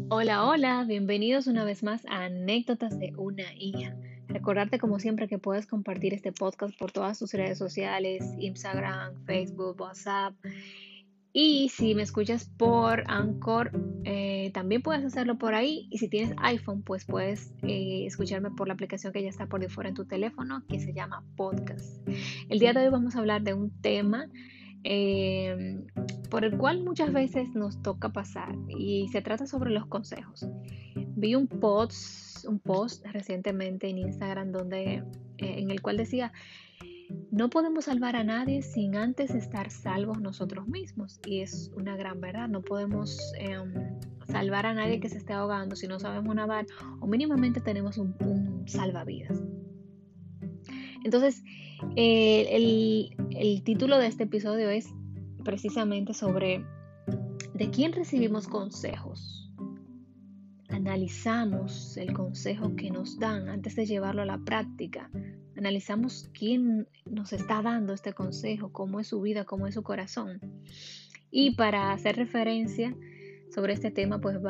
Hola, hola, bienvenidos una vez más a Anécdotas de una hija. Recordarte como siempre que puedes compartir este podcast por todas tus redes sociales, Instagram, Facebook, WhatsApp. Y si me escuchas por Anchor, también puedes hacerlo por ahí. Y si tienes iPhone, pues puedes escucharme por la aplicación que ya está por default en tu teléfono, que se llama Podcast. El día de hoy vamos a hablar de un tema eh, por el cual muchas veces nos toca pasar y se trata sobre los consejos. Vi un post recientemente en Instagram en el cual decía, no podemos salvar a nadie sin antes estar salvos nosotros mismos. Y es una gran verdad, no podemos salvar a nadie que se esté ahogando si no sabemos nadar o mínimamente tenemos un salvavidas. Entonces, el título de este episodio es precisamente sobre de quién recibimos consejos. Analizamos el consejo que nos dan antes de llevarlo a la práctica. Analizamos quién nos está dando este consejo, cómo es su vida, cómo es su corazón. Y para hacer referencia sobre este tema, pues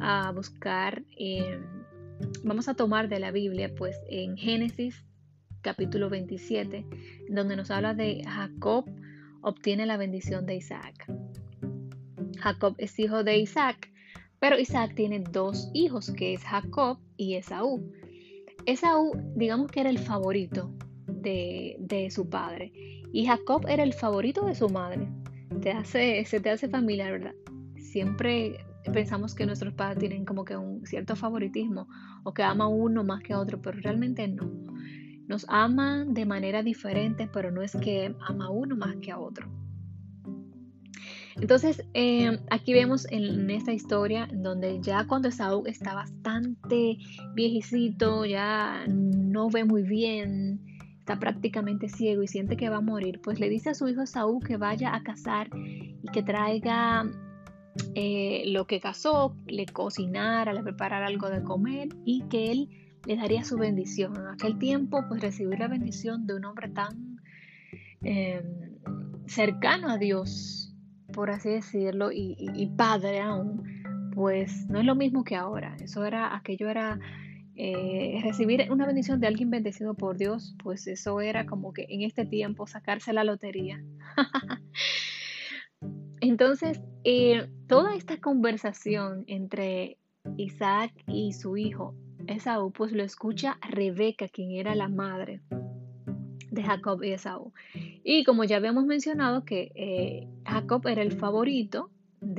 vamos a tomar de la Biblia, pues en Génesis capítulo 27, donde nos habla de Jacob obtiene la bendición de Isaac. Jacob es hijo de Isaac, pero Isaac tiene dos hijos, que es Jacob y Esaú. Esaú, digamos que era el favorito de su padre, y Jacob era el favorito de su madre. Se te hace familiar, ¿verdad? Siempre pensamos que nuestros padres tienen como que un cierto favoritismo o que ama a uno más que a otro, pero realmente no. Nos aman de manera diferente, pero no es que ama a uno más que a otro. Entonces, aquí vemos en esta historia donde ya cuando Esaú está bastante viejecito, ya no ve muy bien, está prácticamente ciego y siente que va a morir, pues le dice a su hijo Esaú que vaya a cazar y que traiga lo que cazó, le cocinara, le preparara algo de comer y que él le daría su bendición. En aquel tiempo, pues recibir la bendición de un hombre tan eh, cercano a Dios, por así decirlo, y padre aún, pues no es lo mismo que ahora. Aquello era recibir una bendición de alguien bendecido por Dios, pues eso era como que en este tiempo sacarse la lotería. Entonces, toda esta conversación entre Isaac y su hijo Esaú, pues lo escucha Rebeca, quien era la madre de Jacob y Esaú. Y como ya habíamos mencionado que Jacob era el favorito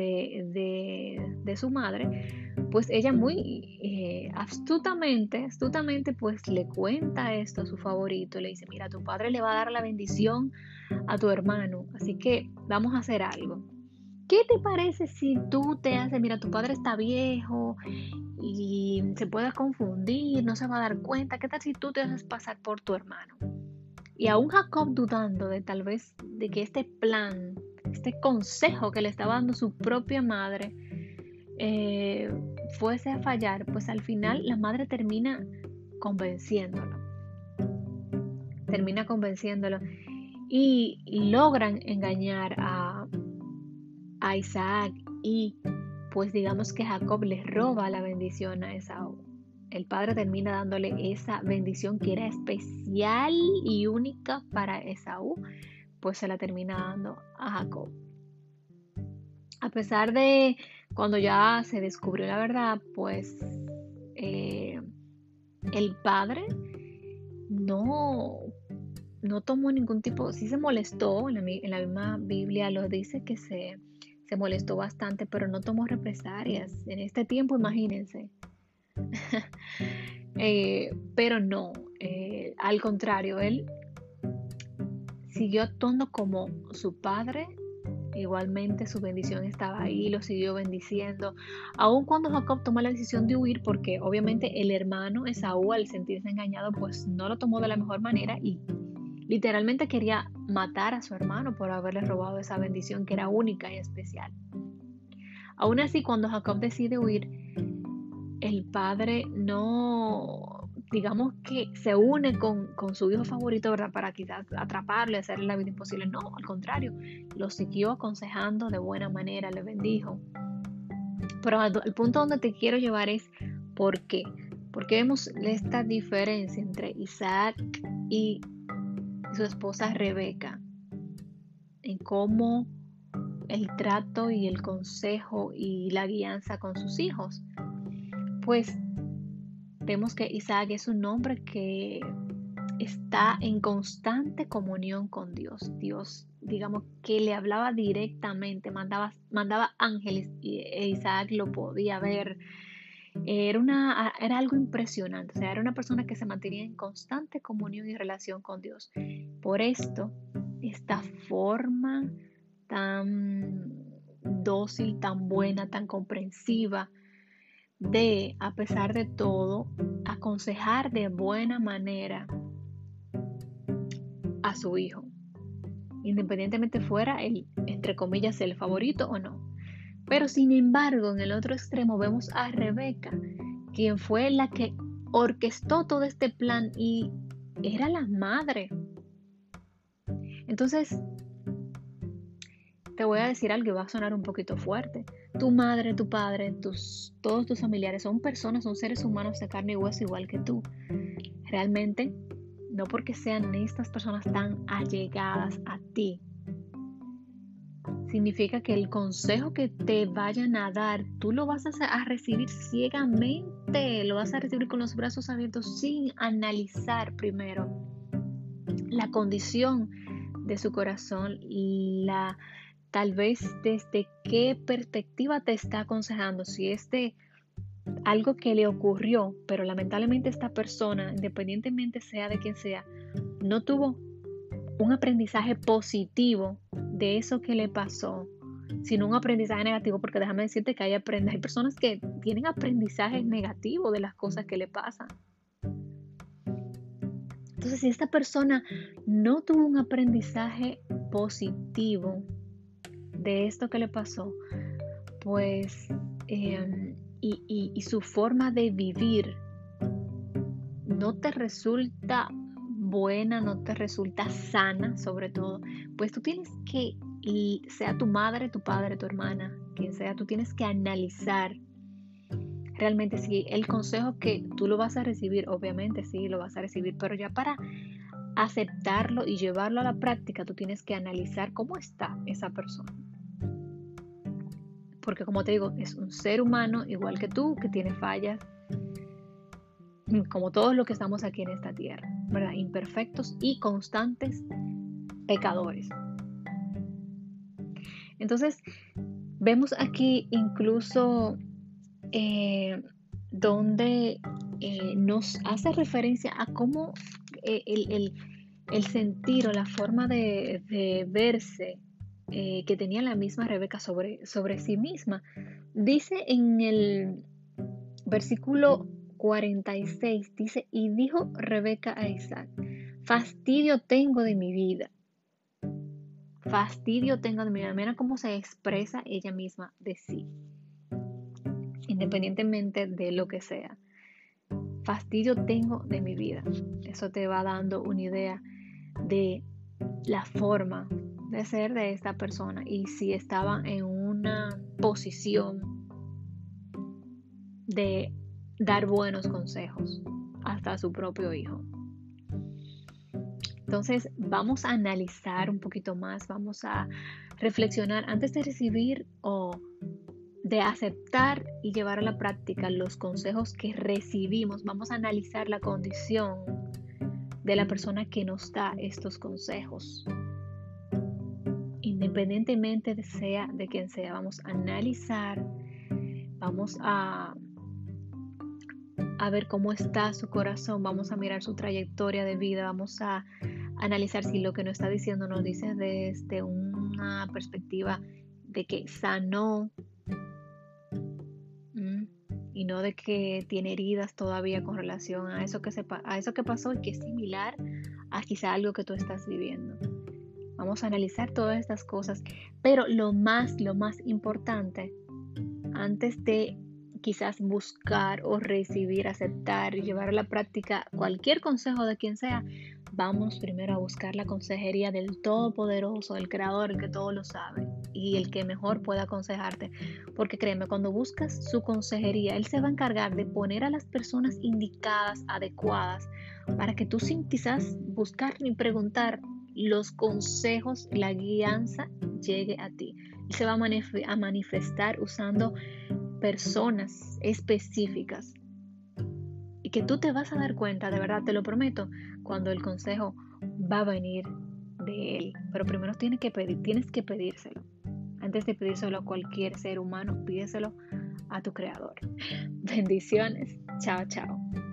de su madre, pues ella muy astutamente, pues le cuenta esto a su favorito, le dice, mira, tu padre le va a dar la bendición a tu hermano, así que vamos a hacer algo. ¿Qué te parece si tú te haces, mira, tu padre está viejo y se puede confundir, no se va a dar cuenta? ¿Qué tal si tú te haces pasar por tu hermano? Y aún Jacob dudando de tal vez de que este plan, este consejo que le estaba dando su propia madre, eh, fuese a fallar, pues al final la madre convenciéndolo, termina convenciéndolo y logran engañar a Isaac y pues digamos que Jacob le roba la bendición a Esaú. El padre termina dándole esa bendición que era especial y única para Esaú, pues se la termina dando a Jacob. A pesar de cuando ya se descubrió la verdad, pues eh, el padre no, no tomó ningún tipo, sí se molestó, en la misma Biblia lo dice que se molestó bastante, pero no tomó represalias. En este tiempo, imagínense. Pero no, al contrario, él siguió actuando como su padre. Igualmente su bendición estaba ahí, lo siguió bendiciendo, aun cuando Jacob tomó la decisión de huir, porque obviamente el hermano Esaú, al sentirse engañado, pues no lo tomó de la mejor manera y literalmente quería matar a su hermano por haberle robado esa bendición que era única y especial. Aún así, cuando Jacob decide huir, el padre no, digamos que se une con su hijo favorito, ¿verdad? Para quizás atraparle, hacerle la vida imposible. No, al contrario, lo siguió aconsejando de buena manera, le bendijo. Pero al punto donde te quiero llevar es ¿por qué? Porque vemos esta diferencia entre Isaac y su esposa Rebeca en cómo el trato y el consejo y la guianza con sus hijos. Pues vemos que Isaac es un hombre que está en constante comunión con Dios. Dios, digamos que le hablaba directamente, mandaba ángeles e Isaac lo podía ver. Era algo impresionante, o sea, era una persona que se mantenía en constante comunión y relación con Dios. Por esto, esta forma tan dócil, tan buena, tan comprensiva de, a pesar de todo, aconsejar de buena manera a su hijo, independientemente fuera el, entre comillas, el favorito o no. Pero sin embargo, en el otro extremo vemos a Rebeca, quien fue la que orquestó todo este plan y era la madre. Entonces, te voy a decir algo y va a sonar un poquito fuerte. Tu madre, tu padre, todos tus familiares son personas, son seres humanos de carne y hueso igual que tú. Realmente, no porque sean estas personas tan allegadas a ti, significa que el consejo que te vayan a dar, tú lo vas a recibir ciegamente, lo vas a recibir con los brazos abiertos sin analizar primero la condición de su corazón, tal vez desde qué perspectiva te está aconsejando, si es de algo que le ocurrió, pero lamentablemente esta persona, independientemente sea de quien sea, no tuvo un aprendizaje positivo de eso que le pasó, sino un aprendizaje negativo, porque déjame decirte que hay personas que tienen aprendizajes negativos de las cosas que le pasan. Entonces, si esta persona no tuvo un aprendizaje positivo de esto que le pasó, pues, y su forma de vivir no te resulta buena, no te resulta sana, sobre todo, pues tú tienes que, sea tu madre, tu padre, tu hermana, quien sea, tú tienes que analizar realmente si el consejo que tú lo vas a recibir, obviamente sí, lo vas a recibir, pero ya para aceptarlo y llevarlo a la práctica, tú tienes que analizar cómo está esa persona. Porque como te digo, es un ser humano igual que tú, que tiene fallas, como todos los que estamos aquí en esta tierra, ¿verdad? Imperfectos y constantes pecadores. Entonces, vemos aquí incluso donde nos hace referencia a cómo el sentir o la forma de verse que tenía la misma Rebeca sobre sí misma. Dice en el versículo 46, dice, y dijo Rebeca a Isaac, fastidio tengo de mi vida. Fastidio tengo de mi vida. Mira cómo se expresa ella misma de sí, independientemente de lo que sea. Fastidio tengo de mi vida. Eso te va dando una idea de la forma de ser de esta persona y si estaba en una posición de dar buenos consejos hasta a su propio hijo. Entonces vamos a analizar un poquito más, vamos a reflexionar antes de recibir o de aceptar y llevar a la práctica los consejos que recibimos. Vamos a analizar la condición de la persona que nos da estos consejos. Independientemente sea de quien sea, vamos a analizar, vamos a ver cómo está su corazón, vamos a mirar su trayectoria de vida, vamos a analizar si lo que nos está diciendo nos dice desde una perspectiva de que sanó y no de que tiene heridas todavía con relación a eso que pasó y que es similar a quizá algo que tú estás viviendo. Vamos a analizar todas estas cosas, pero lo más importante, antes de quizás buscar o recibir, aceptar y llevar a la práctica cualquier consejo de quien sea, vamos primero a buscar la consejería del Todopoderoso, el Creador, el que todo lo sabe y el que mejor pueda aconsejarte. Porque créeme, cuando buscas su consejería, Él se va a encargar de poner a las personas indicadas, adecuadas, para que tú sin quizás buscar ni preguntar los consejos, la guianza llegue a ti. Él se va a manifestar usando personas específicas y que tú te vas a dar cuenta, de verdad, te lo prometo, cuando el consejo va a venir de él. Pero primero tienes que pedírselo. Antes de pedírselo a cualquier ser humano, pídeselo a tu creador. Bendiciones. Chao, chao.